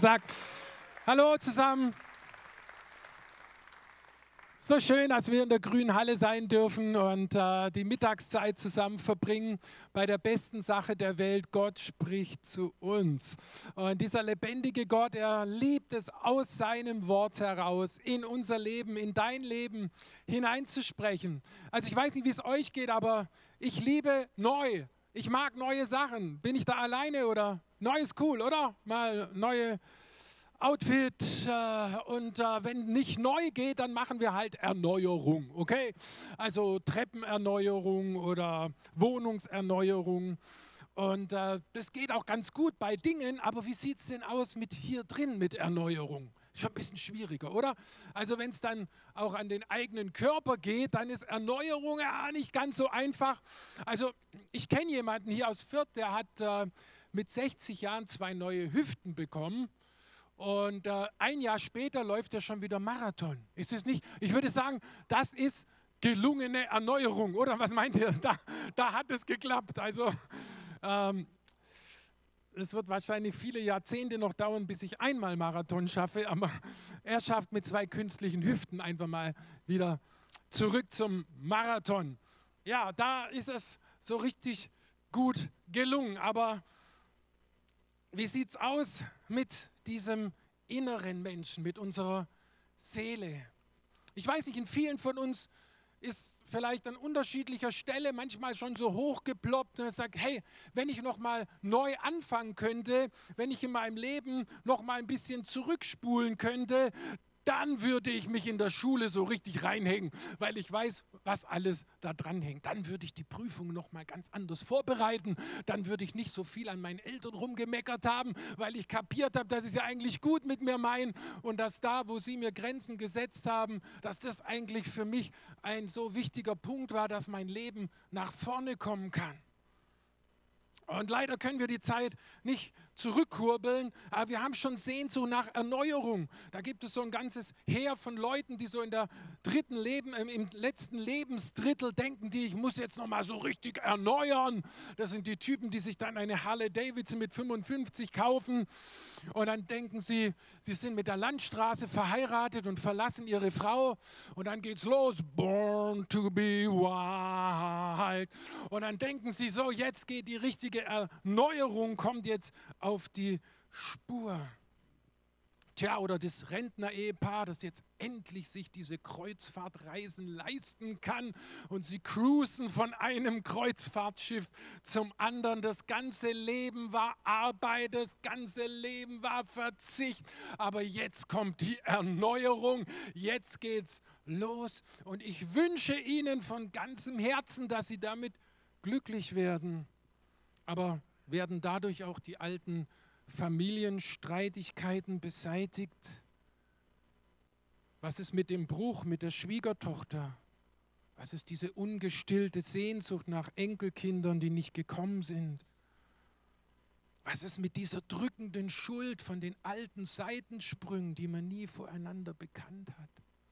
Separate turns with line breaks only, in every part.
Sag Hallo zusammen. So schön, dass wir in der grünen Halle sein dürfen und die Mittagszeit zusammen verbringen bei der besten Sache der Welt. Gott spricht zu uns. Und dieser lebendige Gott, er liebt es aus seinem Wort heraus, in unser Leben, in dein Leben hineinzusprechen. Also ich weiß nicht, wie es euch geht, aber ich liebe neu. Ich mag neue Sachen. Bin ich da alleine oder? Neu ist cool, oder? Mal neue Outfit und wenn nicht neu geht, dann machen wir halt Erneuerung, okay? Also Treppenerneuerung oder Wohnungserneuerung und das geht auch ganz gut bei Dingen, aber wie sieht es denn aus mit hier drin mit Erneuerung? Schon ein bisschen schwieriger, oder? Also wenn es dann auch an den eigenen Körper geht, dann ist Erneuerung ja nicht ganz so einfach. Also ich kenne jemanden hier aus Fürth, der hat mit 60 Jahren 2 neue Hüften bekommen. Und ein Jahr später läuft er schon wieder Marathon. Ist es nicht? Ich würde sagen, das ist gelungene Erneuerung, oder? Was meint ihr? Da hat es geklappt. Also es wird wahrscheinlich viele Jahrzehnte noch dauern, bis ich einmal Marathon schaffe. Aber er schafft mit 2 künstlichen Hüften einfach mal wieder zurück zum Marathon. Ja, da ist es so richtig gut gelungen. Aber wie sieht es aus mit diesem inneren Menschen, mit unserer Seele? Ich weiß nicht, in vielen von uns ist vielleicht an unterschiedlicher Stelle manchmal schon so hochgeploppt und sagt, hey, wenn ich nochmal neu anfangen könnte, wenn ich in meinem Leben nochmal ein bisschen zurückspulen könnte, dann würde ich mich in der Schule so richtig reinhängen, weil ich weiß, was alles da dran hängt. Dann würde ich die Prüfungen nochmal ganz anders vorbereiten. Dann würde ich nicht so viel an meinen Eltern rumgemeckert haben, weil ich kapiert habe, dass sie es ja eigentlich gut mit mir meinen und dass da, wo sie mir Grenzen gesetzt haben, dass das eigentlich für mich ein so wichtiger Punkt war, dass mein Leben nach vorne kommen kann. Und leider können wir die Zeit nicht zurückkurbeln, aber wir haben schon Sehnsucht nach Erneuerung. Da gibt es so ein ganzes Heer von Leuten, die so im letzten Lebensdrittel denken, ich muss jetzt nochmal so richtig erneuern. Das sind die Typen, die sich dann eine Harley Davidson mit 55 kaufen und dann denken sie, sie sind mit der Landstraße verheiratet und verlassen ihre Frau und dann geht's los, born to be wild. Und dann denken sie so, jetzt geht die richtige Erneuerung, kommt jetzt auf die Spur. Tja, oder das Rentner-Ehepaar, das jetzt endlich sich diese Kreuzfahrtreisen leisten kann und sie cruisen von einem Kreuzfahrtschiff zum anderen. Das ganze Leben war Arbeit, das ganze Leben war Verzicht, aber jetzt kommt die Erneuerung, jetzt geht's los und ich wünsche Ihnen von ganzem Herzen, dass Sie damit glücklich werden, aber werden dadurch auch die alten Familienstreitigkeiten beseitigt? Was ist mit dem Bruch mit der Schwiegertochter? Was ist diese ungestillte Sehnsucht nach Enkelkindern, die nicht gekommen sind? Was ist mit dieser drückenden Schuld von den alten Seitensprüngen, die man nie voreinander bekannt hat?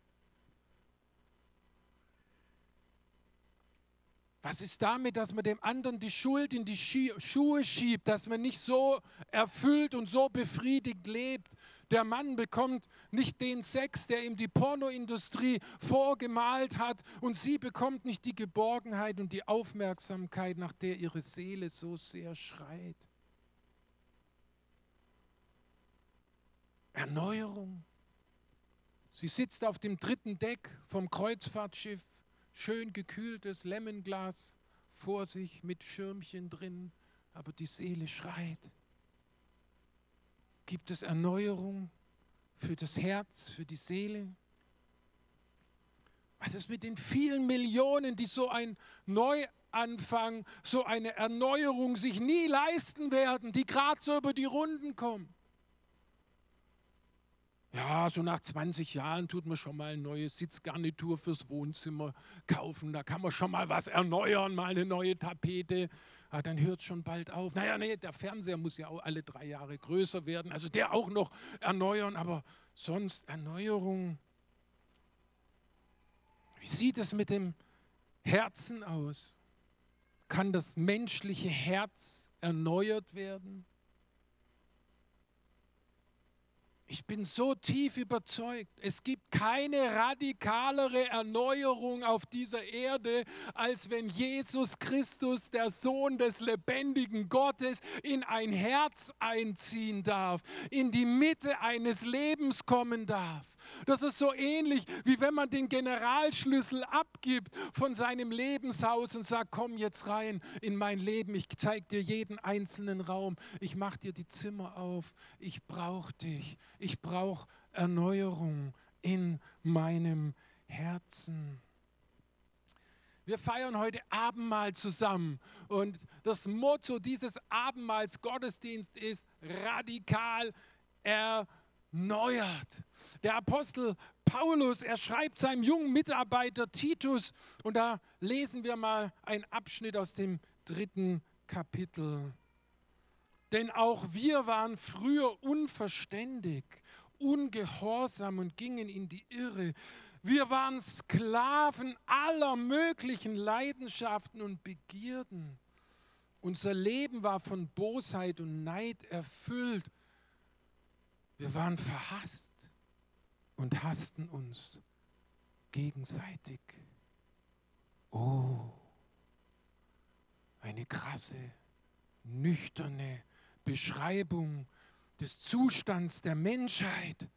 Was ist damit, dass man dem anderen die Schuld in die Schuhe schiebt, dass man nicht so erfüllt und so befriedigt lebt? Der Mann bekommt nicht den Sex, der ihm die Pornoindustrie vorgemalt hat, und sie bekommt nicht die Geborgenheit und die Aufmerksamkeit, nach der ihre Seele so sehr schreit. Erneuerung. Sie sitzt auf dem 3. Deck vom Kreuzfahrtschiff, schön gekühltes Lemonglas vor sich mit Schirmchen drin, aber die Seele schreit. Gibt es Erneuerung für das Herz, für die Seele? Was ist mit den vielen Millionen, die so ein Neuanfang, so eine Erneuerung sich nie leisten werden, die gerade so über die Runden kommen? Ja, so nach 20 Jahren tut man schon mal eine neue Sitzgarnitur fürs Wohnzimmer kaufen. Da kann man schon mal was erneuern, mal eine neue Tapete. Ja, dann hört es schon bald auf. Naja, nee, der Fernseher muss ja auch alle 3 Jahre größer werden. Also der auch noch erneuern, aber sonst Erneuerung. Wie sieht es mit dem Herzen aus? Kann das menschliche Herz erneuert werden? Ich bin so tief überzeugt, es gibt keine radikalere Erneuerung auf dieser Erde, als wenn Jesus Christus, der Sohn des lebendigen Gottes, in ein Herz einziehen darf, in die Mitte eines Lebens kommen darf. Das ist so ähnlich, wie wenn man den Generalschlüssel abgibt von seinem Lebenshaus und sagt, komm jetzt rein in mein Leben, ich zeige dir jeden einzelnen Raum, ich mache dir die Zimmer auf, ich brauche dich, ich brauche Erneuerung in meinem Herzen. Wir feiern heute Abendmahl zusammen und das Motto dieses Abendmahlsgottesdienstes ist radikal erneuert. Der Apostel Paulus, er schreibt seinem jungen Mitarbeiter Titus und da lesen wir mal einen Abschnitt aus dem 3. Kapitel. Denn auch wir waren früher unverständig, ungehorsam und gingen in die Irre. Wir waren Sklaven aller möglichen Leidenschaften und Begierden. Unser Leben war von Bosheit und Neid erfüllt. Wir waren verhasst und hassten uns gegenseitig. Oh, eine krasse, nüchterne Beschreibung des Zustands der Menschheit.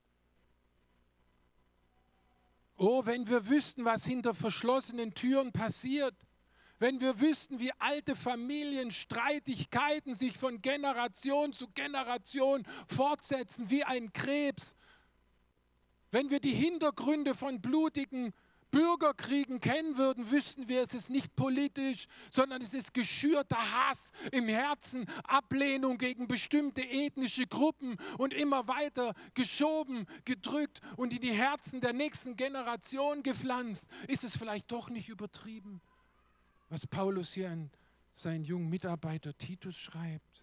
Oh, wenn wir wüssten, was hinter verschlossenen Türen passiert, wenn wir wüssten, wie alte Familienstreitigkeiten sich von Generation zu Generation fortsetzen wie ein Krebs, wenn wir die Hintergründe von blutigen Bürgerkriegen kennen würden, wüssten wir, es ist nicht politisch, sondern es ist geschürter Hass im Herzen, Ablehnung gegen bestimmte ethnische Gruppen und immer weiter geschoben, gedrückt und in die Herzen der nächsten Generation gepflanzt. Ist es vielleicht doch nicht übertrieben, was Paulus hier an seinen jungen Mitarbeiter Titus schreibt?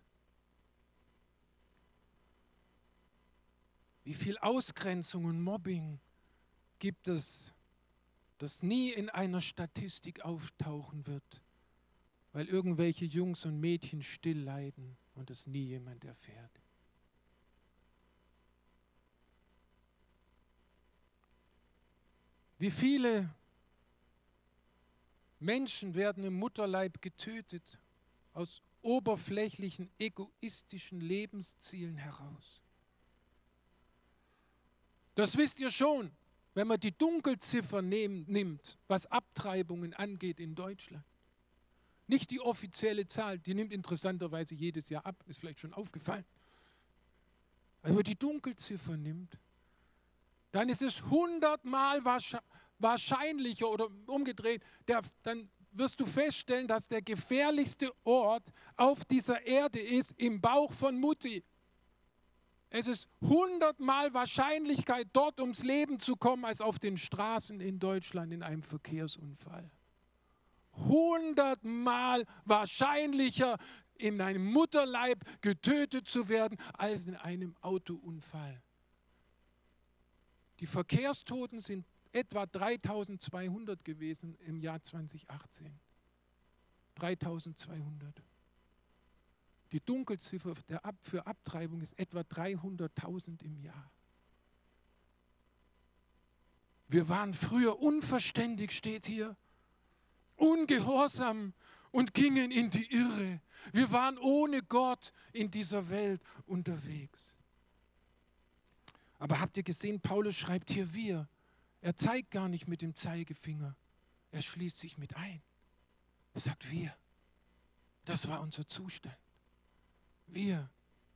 Wie viel Ausgrenzung und Mobbing gibt es, das nie in einer Statistik auftauchen wird, weil irgendwelche Jungs und Mädchen still leiden und es nie jemand erfährt. Wie viele Menschen werden im Mutterleib getötet aus oberflächlichen, egoistischen Lebenszielen heraus? Das wisst ihr schon. Wenn man die Dunkelziffer nimmt, was Abtreibungen angeht in Deutschland. Nicht die offizielle Zahl, die nimmt interessanterweise jedes Jahr ab, ist vielleicht schon aufgefallen. Wenn man die Dunkelziffer nimmt, dann ist es 100-mal wahrscheinlicher oder umgedreht, dann wirst du feststellen, dass der gefährlichste Ort auf dieser Erde ist im Bauch von Mutti. Es ist 100-mal Wahrscheinlichkeit, dort ums Leben zu kommen, als auf den Straßen in Deutschland in einem Verkehrsunfall. 100-mal wahrscheinlicher, in einem Mutterleib getötet zu werden, als in einem Autounfall. Die Verkehrstoten sind etwa 3.200 gewesen im Jahr 2018. 3.200. Die Dunkelziffer für Abtreibung ist etwa 300.000 im Jahr. Wir waren früher unverständig, steht hier, ungehorsam und gingen in die Irre. Wir waren ohne Gott in dieser Welt unterwegs. Aber habt ihr gesehen, Paulus schreibt hier wir. Er zeigt gar nicht mit dem Zeigefinger. Er schließt sich mit ein. Er sagt wir. Das war unser Zustand. Wir.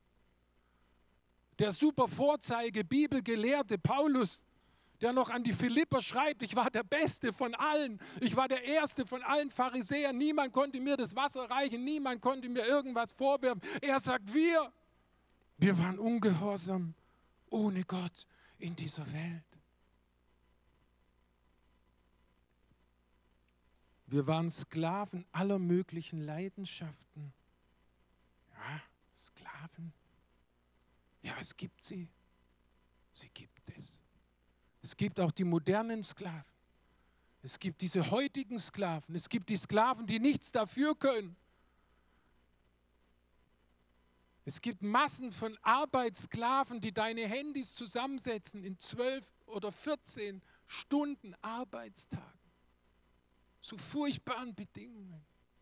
Der super Vorzeige Bibelgelehrte Paulus, der noch an die Philipper schreibt, ich war der Beste von allen, ich war der Erste von allen Pharisäern, niemand konnte mir das Wasser reichen, niemand konnte mir irgendwas vorwerfen. Er sagt wir waren ungehorsam, ohne Gott in dieser Welt. Wir waren Sklaven aller möglichen Leidenschaften. Ja, Sklaven. Ja, es gibt sie. Sie gibt es. Es gibt auch die modernen Sklaven. Es gibt diese heutigen Sklaven. Es gibt die Sklaven, die nichts dafür können. Es gibt Massen von Arbeitssklaven, die deine Handys zusammensetzen in 12 oder 14 Stunden Arbeitstagen. Zu furchtbaren Bedingungen.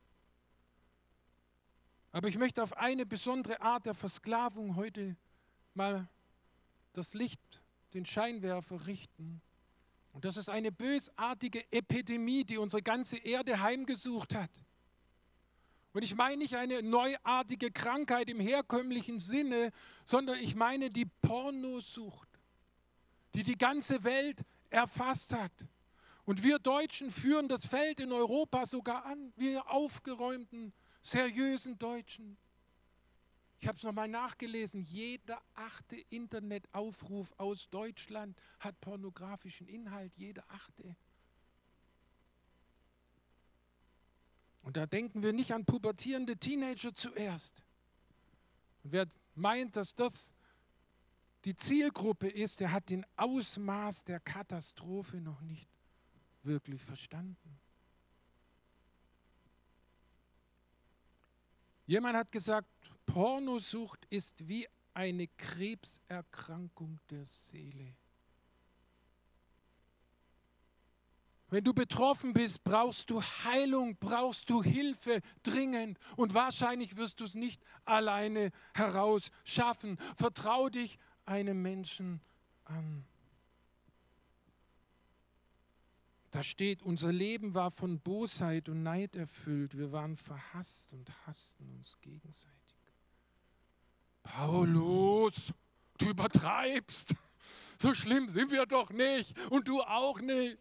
Aber ich möchte auf eine besondere Art der Versklavung heute mal das Licht, den Scheinwerfer richten. Und das ist eine bösartige Epidemie, die unsere ganze Erde heimgesucht hat. Und ich meine nicht eine neuartige Krankheit im herkömmlichen Sinne, sondern ich meine die Pornosucht, die die ganze Welt erfasst hat. Und wir Deutschen führen das Feld in Europa sogar an, wir aufgeräumten, seriösen Deutschen. Ich habe es nochmal nachgelesen, jeder 8. Internetaufruf aus Deutschland hat pornografischen Inhalt, jeder 8. Und da denken wir nicht an pubertierende Teenager zuerst. Und wer meint, dass das die Zielgruppe ist, der hat den Ausmaß der Katastrophe noch nicht wirklich verstanden. Jemand hat gesagt, Pornosucht ist wie eine Krebserkrankung der Seele. Wenn du betroffen bist, brauchst du Heilung, brauchst du Hilfe dringend und wahrscheinlich wirst du es nicht alleine heraus schaffen. Vertrau dich einem Menschen an. Da steht, unser Leben war von Bosheit und Neid erfüllt. Wir waren verhasst und hassten uns gegenseitig. Paulus, du übertreibst. So schlimm sind wir doch nicht und du auch nicht.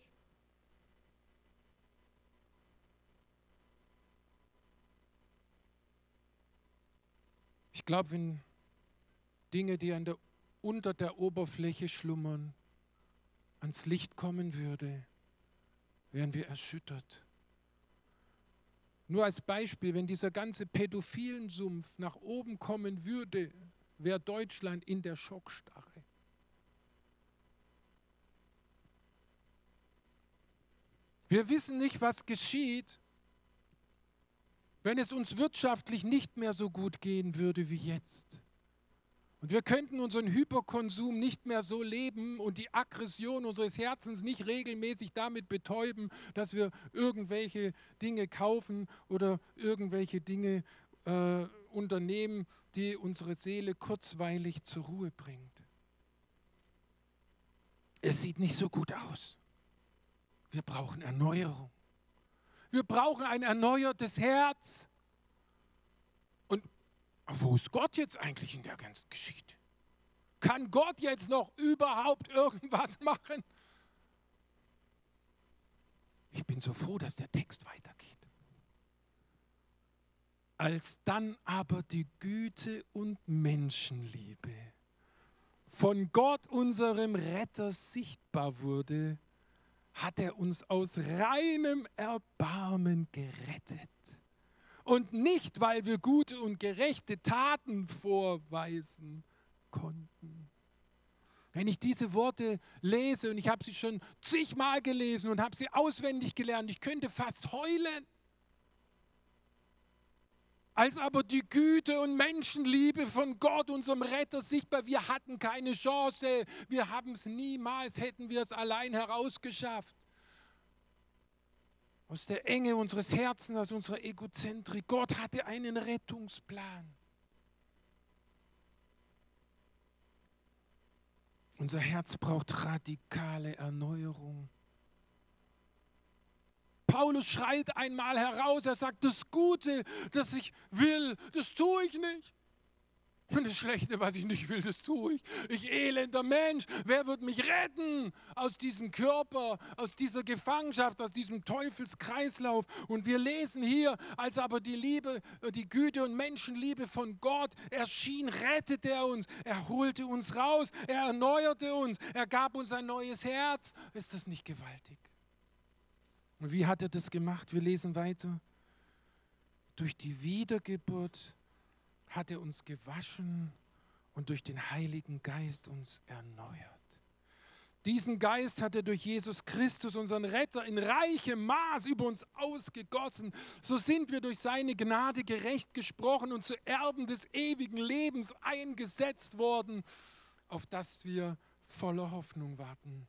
Ich glaube, wenn Dinge, die unter der Oberfläche schlummern, ans Licht kommen würde, wären wir erschüttert. Nur als Beispiel, wenn dieser ganze Pädophilensumpf nach oben kommen würde, wäre Deutschland in der Schockstarre. Wir wissen nicht, was geschieht, wenn es uns wirtschaftlich nicht mehr so gut gehen würde wie jetzt. Und wir könnten unseren Hyperkonsum nicht mehr so leben und die Aggression unseres Herzens nicht regelmäßig damit betäuben, dass wir irgendwelche Dinge kaufen oder irgendwelche Dinge unternehmen, die unsere Seele kurzweilig zur Ruhe bringt. Es sieht nicht so gut aus. Wir brauchen Erneuerung. Wir brauchen ein erneuertes Herz. Und wo ist Gott jetzt eigentlich in der ganzen Geschichte? Kann Gott jetzt noch überhaupt irgendwas machen? Ich bin so froh, dass der Text weitergeht. Als dann aber die Güte und Menschenliebe von Gott, unserem Retter, sichtbar wurde, hat er uns aus reinem Erbarmen gerettet. Und nicht, weil wir gute und gerechte Taten vorweisen konnten. Wenn ich diese Worte lese, und ich habe sie schon zigmal gelesen und habe sie auswendig gelernt, ich könnte fast heulen. Als aber die Güte und Menschenliebe von Gott, unserem Retter, sichtbar, wir hatten keine Chance, wir haben es niemals, hätten wir es allein herausgeschafft. Aus der Enge unseres Herzens, aus unserer Egozentrik. Gott hatte einen Rettungsplan. Unser Herz braucht radikale Erneuerung. Paulus schreit einmal heraus, er sagt, das Gute, das ich will, das tue ich nicht. Und das Schlechte, was ich nicht will, das tue ich. Ich elender Mensch, wer wird mich retten aus diesem Körper, aus dieser Gefangenschaft, aus diesem Teufelskreislauf? Und wir lesen hier, als aber die Liebe, die Güte und Menschenliebe von Gott erschien, rettete er uns, er holte uns raus, er erneuerte uns, er gab uns ein neues Herz. Ist das nicht gewaltig? Und wie hat er das gemacht? Wir lesen weiter. Durch die Wiedergeburt hat er uns gewaschen und durch den Heiligen Geist uns erneuert. Diesen Geist hat er durch Jesus Christus, unseren Retter, in reichem Maß über uns ausgegossen. So sind wir durch seine Gnade gerecht gesprochen und zu Erben des ewigen Lebens eingesetzt worden, auf das wir voller Hoffnung warten.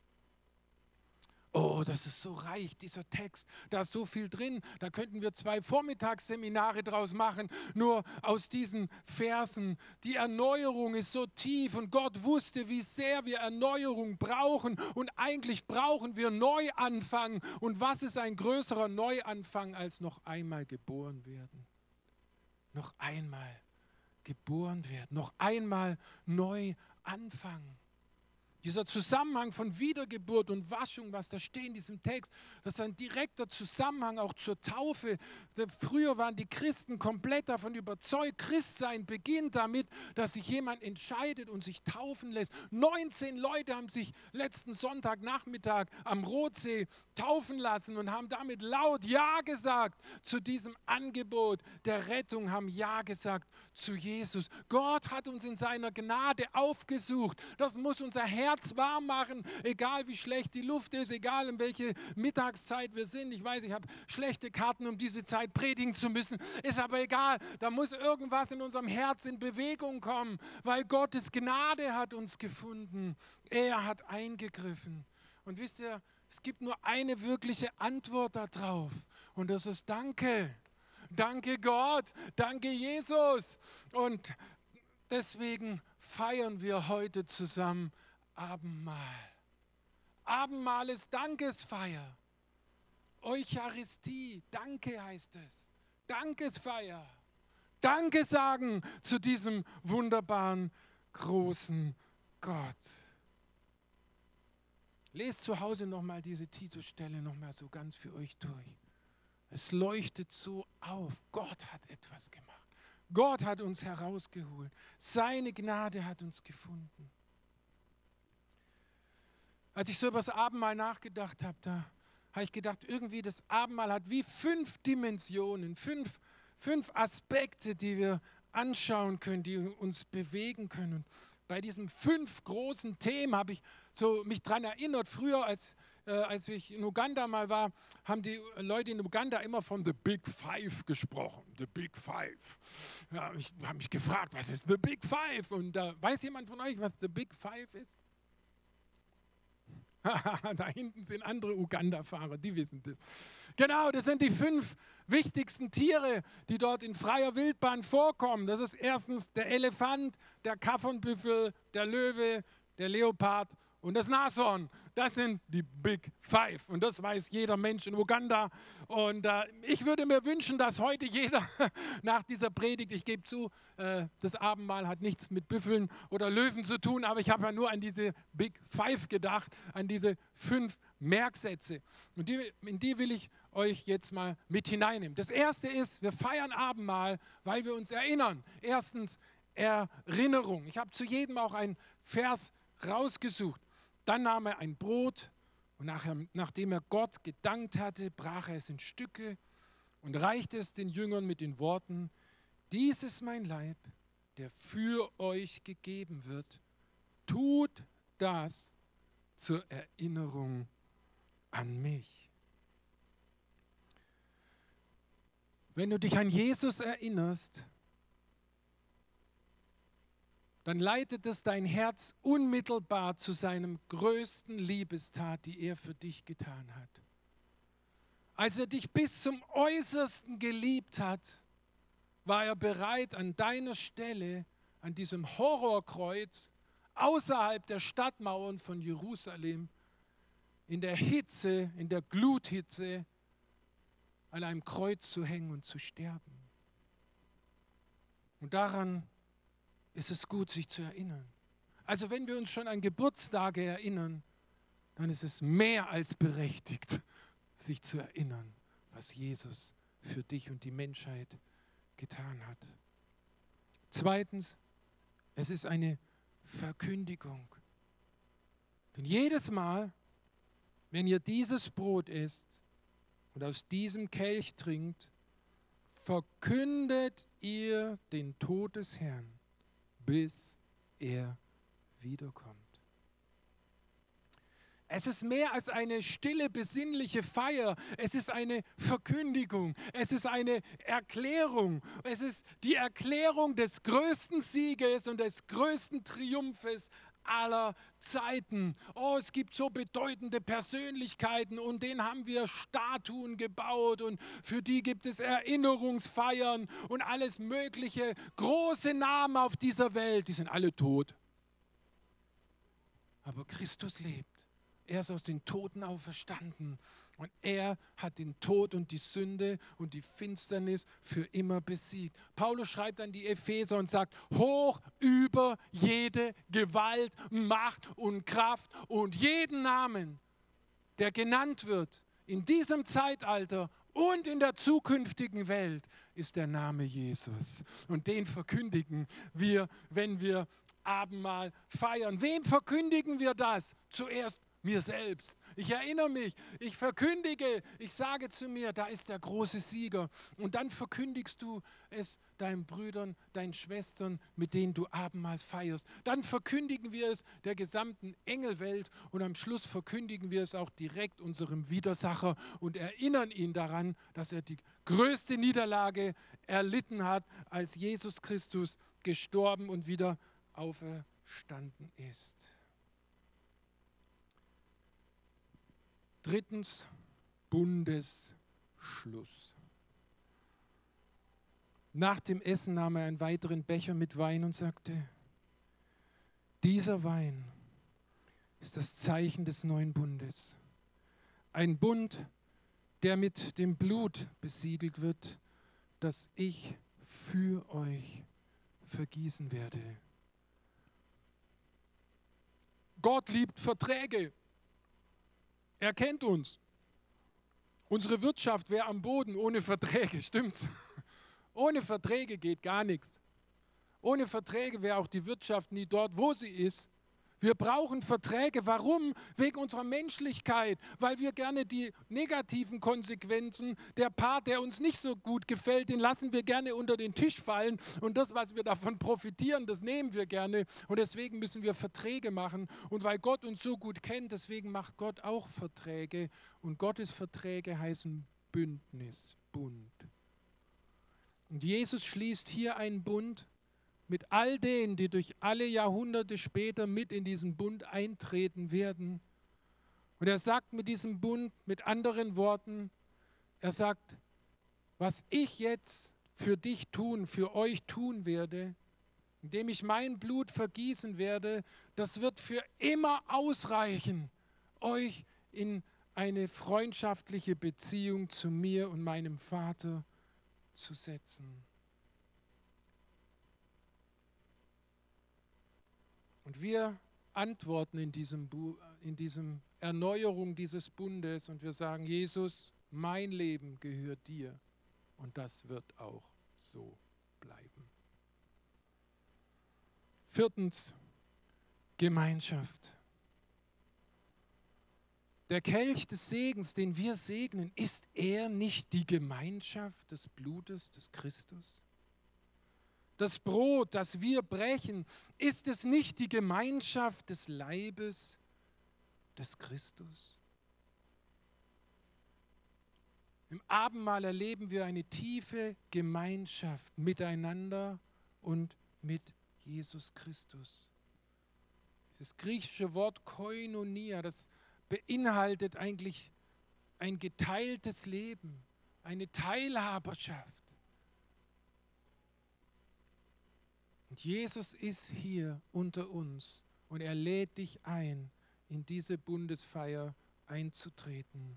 Oh, das ist so reich, dieser Text. Da ist so viel drin. Da könnten wir 2 Vormittagsseminare draus machen, nur aus diesen Versen. Die Erneuerung ist so tief und Gott wusste, wie sehr wir Erneuerung brauchen. Und eigentlich brauchen wir Neuanfang. Und was ist ein größerer Neuanfang, als noch einmal geboren werden? Noch einmal geboren werden, noch einmal neu anfangen. Dieser Zusammenhang von Wiedergeburt und Waschung, was da steht in diesem Text, das ist ein direkter Zusammenhang auch zur Taufe. Früher waren die Christen komplett davon überzeugt, Christsein beginnt damit, dass sich jemand entscheidet und sich taufen lässt. 19 Leute haben sich letzten Sonntagnachmittag am Rotsee taufen lassen und haben damit laut Ja gesagt zu diesem Angebot der Rettung, haben Ja gesagt zu Jesus. Gott hat uns in seiner Gnade aufgesucht. Das muss unser Herz warm machen, egal wie schlecht die Luft ist, egal in welche Mittagszeit wir sind. Ich weiß, ich habe schlechte Karten, um diese Zeit predigen zu müssen. Ist aber egal, da muss irgendwas in unserem Herz in Bewegung kommen, weil Gottes Gnade hat uns gefunden. Er hat eingegriffen. Und wisst ihr, es gibt nur eine wirkliche Antwort darauf und das ist Danke. Danke Gott, danke Jesus. Und deswegen feiern wir heute zusammen Abendmahl. Abendmahl ist Dankesfeier. Eucharistie, Danke heißt es. Dankesfeier. Danke sagen zu diesem wunderbaren, großen Gott. Lest zu Hause nochmal diese Titusstelle nochmal so ganz für euch durch. Es leuchtet so auf. Gott hat etwas gemacht. Gott hat uns herausgeholt. Seine Gnade hat uns gefunden. Als ich so über das Abendmahl nachgedacht habe, da habe ich gedacht, irgendwie das Abendmahl hat wie 5 Dimensionen, 5 Aspekte, die wir anschauen können, die uns bewegen können. Und bei diesen 5 großen Themen habe ich so mich daran erinnert, früher als ich in Uganda mal war, haben die Leute in Uganda immer von The Big Five gesprochen. The Big Five. Ja, ich habe mich gefragt, was ist The Big Five? Und weiß jemand von euch, was The Big Five ist? Da hinten sind andere Uganda-Fahrer, die wissen das. Genau, das sind die 5 wichtigsten Tiere, die dort in freier Wildbahn vorkommen. Das ist erstens der Elefant, der Kaffernbüffel, der Löwe, der Leopard und das Nashorn. Das sind die Big Five und das weiß jeder Mensch in Uganda. Und ich würde mir wünschen, dass heute jeder nach dieser Predigt, ich gebe zu, das Abendmahl hat nichts mit Büffeln oder Löwen zu tun, aber ich habe ja nur an diese Big Five gedacht, an diese 5 Merksätze. Und in die will ich euch jetzt mal mit hineinnehmen. Das erste ist, wir feiern Abendmahl, weil wir uns erinnern. Erstens Erinnerung. Ich habe zu jedem auch einen Vers rausgesucht. Dann nahm er ein Brot und nachdem er Gott gedankt hatte, brach er es in Stücke und reichte es den Jüngern mit den Worten: Dies ist mein Leib, der für euch gegeben wird. Tut das zur Erinnerung an mich. Wenn du dich an Jesus erinnerst, dann leitet es dein Herz unmittelbar zu seinem größten Liebestat, die er für dich getan hat. Als er dich bis zum Äußersten geliebt hat, war er bereit, an deiner Stelle, an diesem Horrorkreuz, außerhalb der Stadtmauern von Jerusalem, in der Hitze, in der Gluthitze, an einem Kreuz zu hängen und zu sterben. Und daran ist es gut, sich zu erinnern. Also wenn wir uns schon an Geburtstage erinnern, dann ist es mehr als berechtigt, sich zu erinnern, was Jesus für dich und die Menschheit getan hat. Zweitens, es ist eine Verkündigung. Denn jedes Mal, wenn ihr dieses Brot isst und aus diesem Kelch trinkt, verkündet ihr den Tod des Herrn, bis er wiederkommt. Es ist mehr als eine stille, besinnliche Feier. Es ist eine Verkündigung. Es ist eine Erklärung. Es ist die Erklärung des größten Sieges und des größten Triumphes aller Zeiten. Oh, es gibt so bedeutende Persönlichkeiten und denen haben wir Statuen gebaut und für die gibt es Erinnerungsfeiern und alles mögliche. Große Namen auf dieser Welt, die sind alle tot. Aber Christus lebt. Er ist aus den Toten auferstanden und er hat den Tod und die Sünde und die Finsternis für immer besiegt. Paulus schreibt an die Epheser und sagt, hoch über jede Gewalt, Macht und Kraft und jeden Namen, der genannt wird in diesem Zeitalter und in der zukünftigen Welt, ist der Name Jesus. Und den verkündigen wir, wenn wir Abendmahl feiern. Wem verkündigen wir das? Zuerst mir selbst. Ich erinnere mich, ich verkündige, ich sage zu mir, da ist der große Sieger. Und dann verkündigst du es deinen Brüdern, deinen Schwestern, mit denen du Abendmahl feierst. Dann verkündigen wir es der gesamten Engelwelt und am Schluss verkündigen wir es auch direkt unserem Widersacher und erinnern ihn daran, dass er die größte Niederlage erlitten hat, als Jesus Christus gestorben und wieder auferstanden ist. Drittens, Bundesschluss. Nach dem Essen nahm er einen weiteren Becher mit Wein und sagte, dieser Wein ist das Zeichen des neuen Bundes. Ein Bund, der mit dem Blut besiegelt wird, das ich für euch vergießen werde. Gott liebt Verträge. Er kennt uns. Unsere Wirtschaft wäre am Boden ohne Verträge, stimmt's? Ohne Verträge geht gar nichts. Ohne Verträge wäre auch die Wirtschaft nie dort, wo sie ist. Wir brauchen Verträge. Warum? Wegen unserer Menschlichkeit, weil wir gerne die negativen Konsequenzen, der Part, der uns nicht so gut gefällt, den lassen wir gerne unter den Tisch fallen und das, was wir davon profitieren, das nehmen wir gerne und deswegen müssen wir Verträge machen und weil Gott uns so gut kennt, deswegen macht Gott auch Verträge und Gottes Verträge heißen Bündnis, Bund. Und Jesus schließt hier einen Bund mit all denen, die durch alle Jahrhunderte später mit in diesen Bund eintreten werden. Und er sagt mit diesem Bund, mit anderen Worten, er sagt, was ich jetzt für dich tun, für euch tun werde, indem ich mein Blut vergießen werde, das wird für immer ausreichen, euch in eine freundschaftliche Beziehung zu mir und meinem Vater zu setzen. Und wir antworten in diesem Erneuerung dieses Bundes und wir sagen, Jesus, mein Leben gehört dir und das wird auch so bleiben. Viertens, Gemeinschaft. Der Kelch des Segens, den wir segnen, ist er nicht die Gemeinschaft des Blutes des Christus? Das Brot, das wir brechen, ist es nicht die Gemeinschaft des Leibes des Christus? Im Abendmahl erleben wir eine tiefe Gemeinschaft miteinander und mit Jesus Christus. Dieses griechische Wort Koinonia, das beinhaltet eigentlich ein geteiltes Leben, eine Teilhaberschaft. Und Jesus ist hier unter uns und er lädt dich ein, in diese Bundesfeier einzutreten.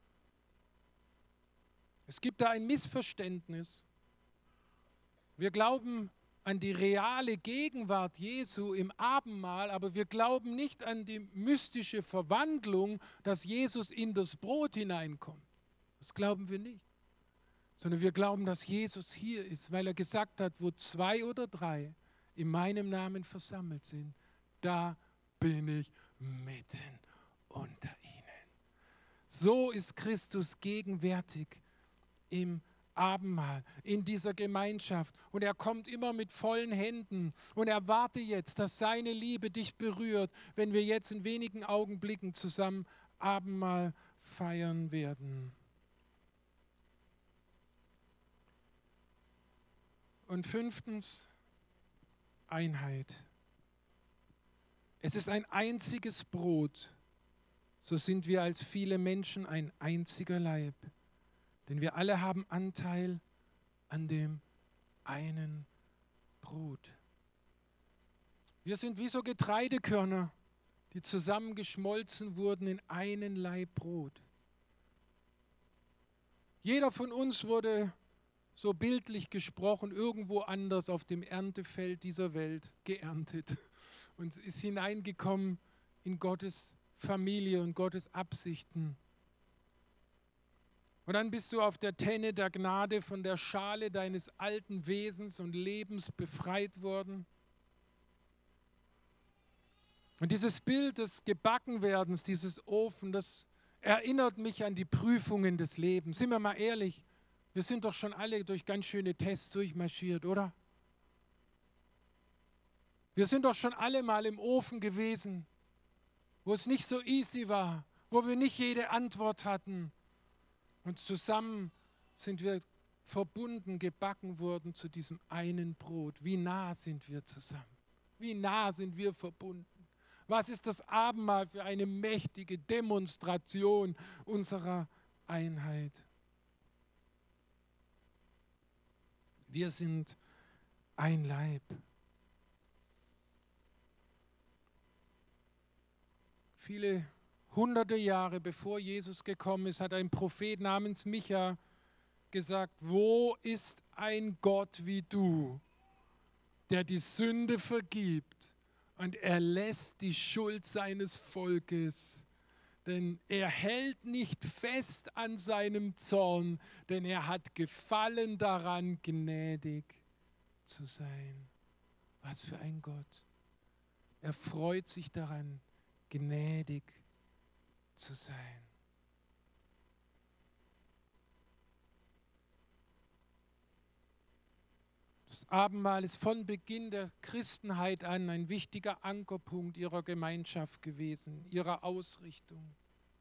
Es gibt da ein Missverständnis. Wir glauben an die reale Gegenwart Jesu im Abendmahl, aber wir glauben nicht an die mystische Verwandlung, dass Jesus in das Brot hineinkommt. Das glauben wir nicht. Sondern wir glauben, dass Jesus hier ist, weil er gesagt hat, wo 2 oder 3 in meinem Namen versammelt sind, da bin ich mitten unter ihnen. So ist Christus gegenwärtig im Abendmahl, in dieser Gemeinschaft. Und er kommt immer mit vollen Händen. Und erwarte jetzt, dass seine Liebe dich berührt, wenn wir jetzt in wenigen Augenblicken zusammen Abendmahl feiern werden. Und 5. Einheit. Es ist ein einziges Brot. So sind wir als viele Menschen ein einziger Leib. Denn wir alle haben Anteil an dem einen Brot. Wir sind wie so Getreidekörner, die zusammengeschmolzen wurden in einen Laib Brot. Jeder von uns wurde, so bildlich gesprochen, irgendwo anders auf dem Erntefeld dieser Welt geerntet und ist hineingekommen in Gottes Familie und Gottes Absichten. Und dann bist du auf der Tenne der Gnade von der Schale deines alten Wesens und Lebens befreit worden. Und dieses Bild des Gebackenwerdens, dieses Ofen, das erinnert mich an die Prüfungen des Lebens. Sind wir mal ehrlich, wir sind doch schon alle durch ganz schöne Tests durchmarschiert, oder? Wir sind doch schon alle mal im Ofen gewesen, wo es nicht so easy war, wo wir nicht jede Antwort hatten. Und zusammen sind wir verbunden, gebacken worden zu diesem einen Brot. Wie nah sind wir zusammen? Wie nah sind wir verbunden? Was ist das Abendmahl für eine mächtige Demonstration unserer Einheit? Wir sind ein Leib. Viele hunderte Jahre bevor Jesus gekommen ist, hat ein Prophet namens Micha gesagt: Wo ist ein Gott wie du, der die Sünde vergibt und er lässt die Schuld seines Volkes? Denn er hält nicht fest an seinem Zorn, denn er hat Gefallen daran, gnädig zu sein. Was für ein Gott. Er freut sich daran, gnädig zu sein. Das Abendmahl ist von Beginn der Christenheit an ein wichtiger Ankerpunkt ihrer Gemeinschaft gewesen, ihrer Ausrichtung.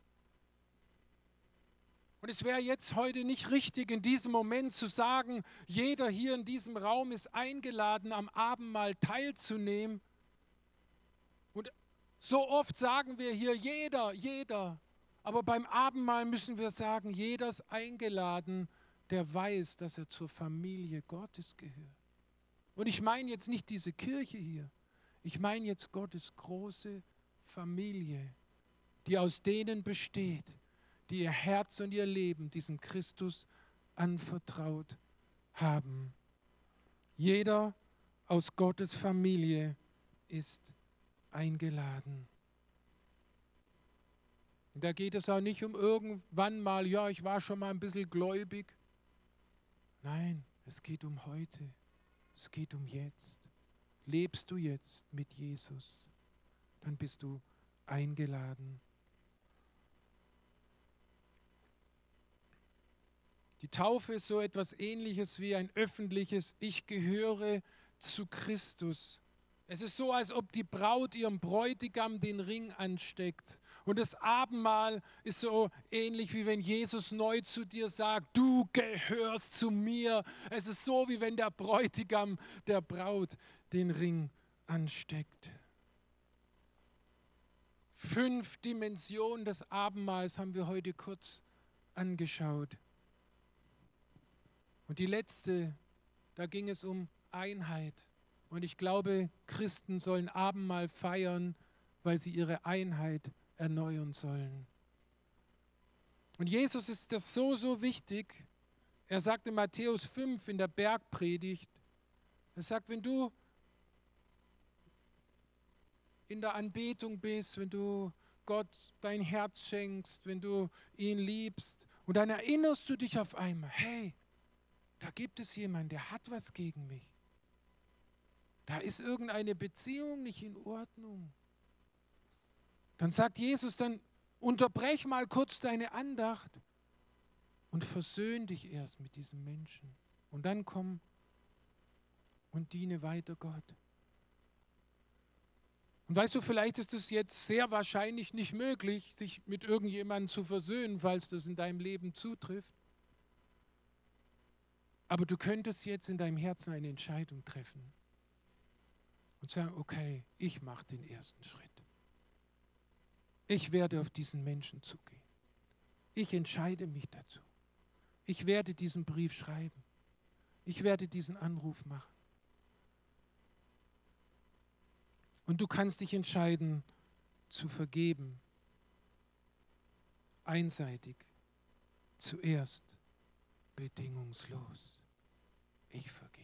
Und es wäre jetzt heute nicht richtig, in diesem Moment zu sagen, jeder hier in diesem Raum ist eingeladen, am Abendmahl teilzunehmen. Und so oft sagen wir hier, jeder. Aber beim Abendmahl müssen wir sagen, jeder ist eingeladen, der weiß, dass er zur Familie Gottes gehört. Und ich meine jetzt nicht diese Kirche hier. Ich meine jetzt Gottes große Familie, die aus denen besteht, die ihr Herz und ihr Leben diesem Christus anvertraut haben. Jeder aus Gottes Familie ist eingeladen. Und da geht es auch nicht um irgendwann mal, ja, ich war schon mal ein bisschen gläubig. Nein, es geht um heute. Es geht um jetzt. Lebst du jetzt mit Jesus, dann bist du eingeladen. Die Taufe ist so etwas Ähnliches wie ein öffentliches Ich gehöre zu Christus. Es ist so, als ob die Braut ihrem Bräutigam den Ring ansteckt. Und das Abendmahl ist so ähnlich, wie wenn Jesus neu zu dir sagt, du gehörst zu mir. Es ist so, wie wenn der Bräutigam der Braut den Ring ansteckt. 5 Dimensionen des Abendmahls haben wir heute kurz angeschaut. Und die letzte, da ging es um Einheit. Und ich glaube, Christen sollen Abendmahl feiern, weil sie ihre Einheit erneuern sollen. Und Jesus ist das so wichtig. Er sagt in Matthäus 5 in der Bergpredigt, er sagt, wenn du in der Anbetung bist, wenn du Gott dein Herz schenkst, wenn du ihn liebst, und dann erinnerst du dich auf einmal, hey, da gibt es jemanden, der hat was gegen mich. Da ist irgendeine Beziehung nicht in Ordnung. Dann sagt Jesus, dann unterbrech mal kurz deine Andacht und versöhn dich erst mit diesem Menschen. Und dann komm und diene weiter Gott. Und weißt du, vielleicht ist es jetzt sehr wahrscheinlich nicht möglich, sich mit irgendjemandem zu versöhnen, falls das in deinem Leben zutrifft. Aber du könntest jetzt in deinem Herzen eine Entscheidung treffen und sagen, okay, ich mache den ersten Schritt. Ich werde auf diesen Menschen zugehen. Ich entscheide mich dazu. Ich werde diesen Brief schreiben. Ich werde diesen Anruf machen. Und du kannst dich entscheiden, zu vergeben. Einseitig. Zuerst. Bedingungslos. Ich vergebe.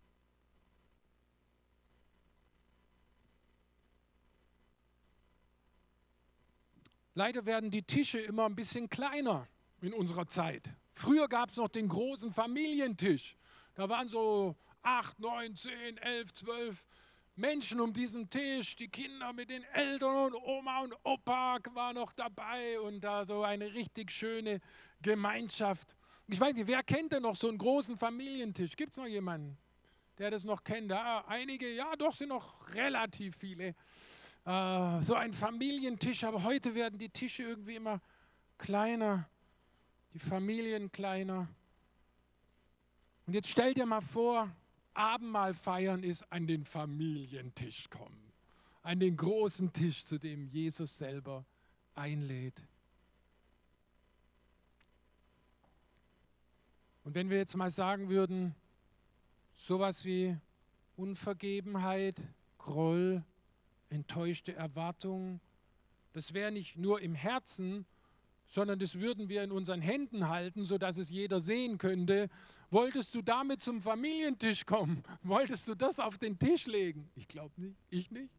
Leider werden die Tische immer ein bisschen kleiner in unserer Zeit. Früher gab es noch den großen Familientisch. Da waren so 8, 9, 10, 11, 12 Menschen um diesen Tisch. Die Kinder mit den Eltern und Oma und Opa waren noch dabei und da so eine richtig schöne Gemeinschaft. Ich weiß nicht, wer kennt denn noch so einen großen Familientisch? Gibt es noch jemanden, der das noch kennt? Ja, einige, ja doch, sind noch relativ viele. So ein Familientisch, aber heute werden die Tische irgendwie immer kleiner, die Familien kleiner. Und jetzt stell dir mal vor, Abendmahl feiern ist an den Familientisch kommen, an den großen Tisch, zu dem Jesus selber einlädt. Und wenn wir jetzt mal sagen würden, sowas wie Unvergebenheit, Groll, enttäuschte Erwartung, das wäre nicht nur im Herzen, sondern das würden wir in unseren Händen halten, sodass es jeder sehen könnte. Wolltest du damit zum Familientisch kommen? Wolltest du das auf den Tisch legen? Ich glaube nicht, ich nicht.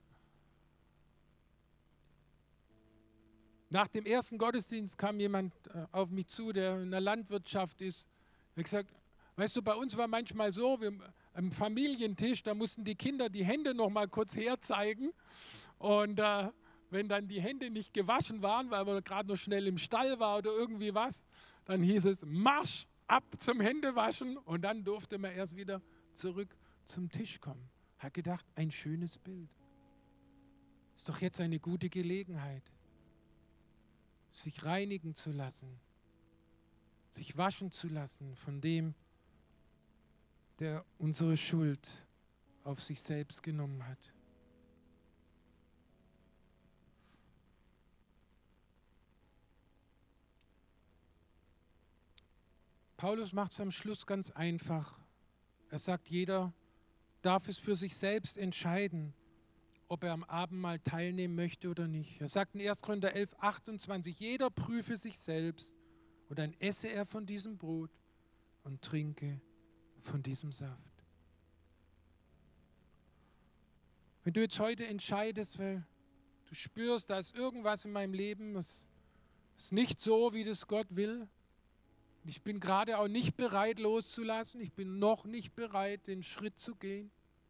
Nach dem ersten Gottesdienst kam jemand auf mich zu, der in der Landwirtschaft ist. Er hat gesagt, weißt du, bei uns war manchmal so, am Familientisch, da mussten die Kinder die Hände noch mal kurz herzeigen. Und wenn dann die Hände nicht gewaschen waren, weil man gerade noch schnell im Stall war oder irgendwie was, dann hieß es, Marsch ab zum Händewaschen. Und dann durfte man erst wieder zurück zum Tisch kommen. Hat gedacht, ein schönes Bild. Ist doch jetzt eine gute Gelegenheit, sich reinigen zu lassen, sich waschen zu lassen von dem, der unsere Schuld auf sich selbst genommen hat. Paulus macht es am Schluss ganz einfach. Er sagt, jeder darf es für sich selbst entscheiden, ob er am Abendmahl teilnehmen möchte oder nicht. Er sagt in 1. Korinther 11, 28, jeder prüfe sich selbst und dann esse er von diesem Brot und trinke von diesem Saft. Wenn du jetzt heute entscheidest, weil du spürst, da ist irgendwas in meinem Leben, das ist nicht so, wie das Gott will, ich bin gerade auch nicht bereit loszulassen, ich bin noch nicht bereit, den Schritt zu gehen,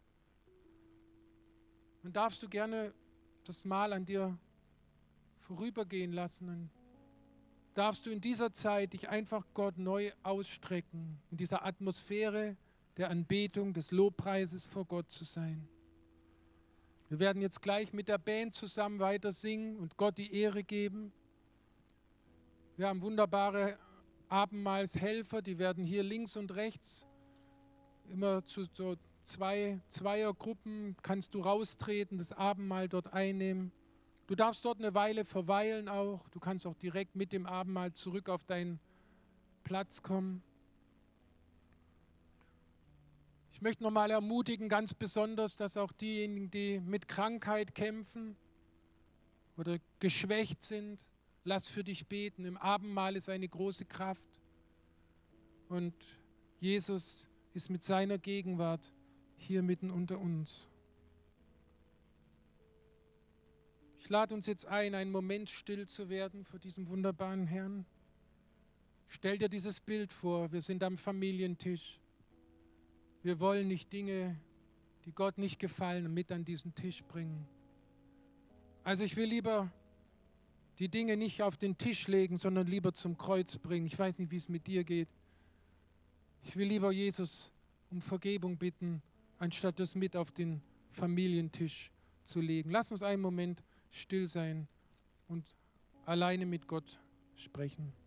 dann darfst du gerne das Mahl an dir vorübergehen lassen. Dann darfst du in dieser Zeit dich einfach Gott neu ausstrecken, in dieser Atmosphäre der Anbetung, des Lobpreises vor Gott zu sein. Wir werden jetzt gleich mit der Band zusammen weiter singen und Gott die Ehre geben. Wir haben wunderbare Abendmahlshelfer, die werden hier links und rechts immer zu so Zweiergruppen, kannst du raustreten, das Abendmahl dort einnehmen. Du darfst dort eine Weile verweilen auch. Du kannst auch direkt mit dem Abendmahl zurück auf deinen Platz kommen. Ich möchte nochmal ermutigen, ganz besonders, dass auch diejenigen, die mit Krankheit kämpfen oder geschwächt sind, lass für dich beten. Im Abendmahl ist eine große Kraft. Und Jesus ist mit seiner Gegenwart hier mitten unter uns. Ich lade uns jetzt ein, einen Moment still zu werden vor diesem wunderbaren Herrn. Stell dir dieses Bild vor, wir sind am Familientisch. Wir wollen nicht Dinge, die Gott nicht gefallen, mit an diesen Tisch bringen. Also ich will lieber die Dinge nicht auf den Tisch legen, sondern lieber zum Kreuz bringen. Ich weiß nicht, wie es mit dir geht. Ich will lieber Jesus um Vergebung bitten, anstatt das mit auf den Familientisch zu legen. Lass uns einen Moment still sein und alleine mit Gott sprechen.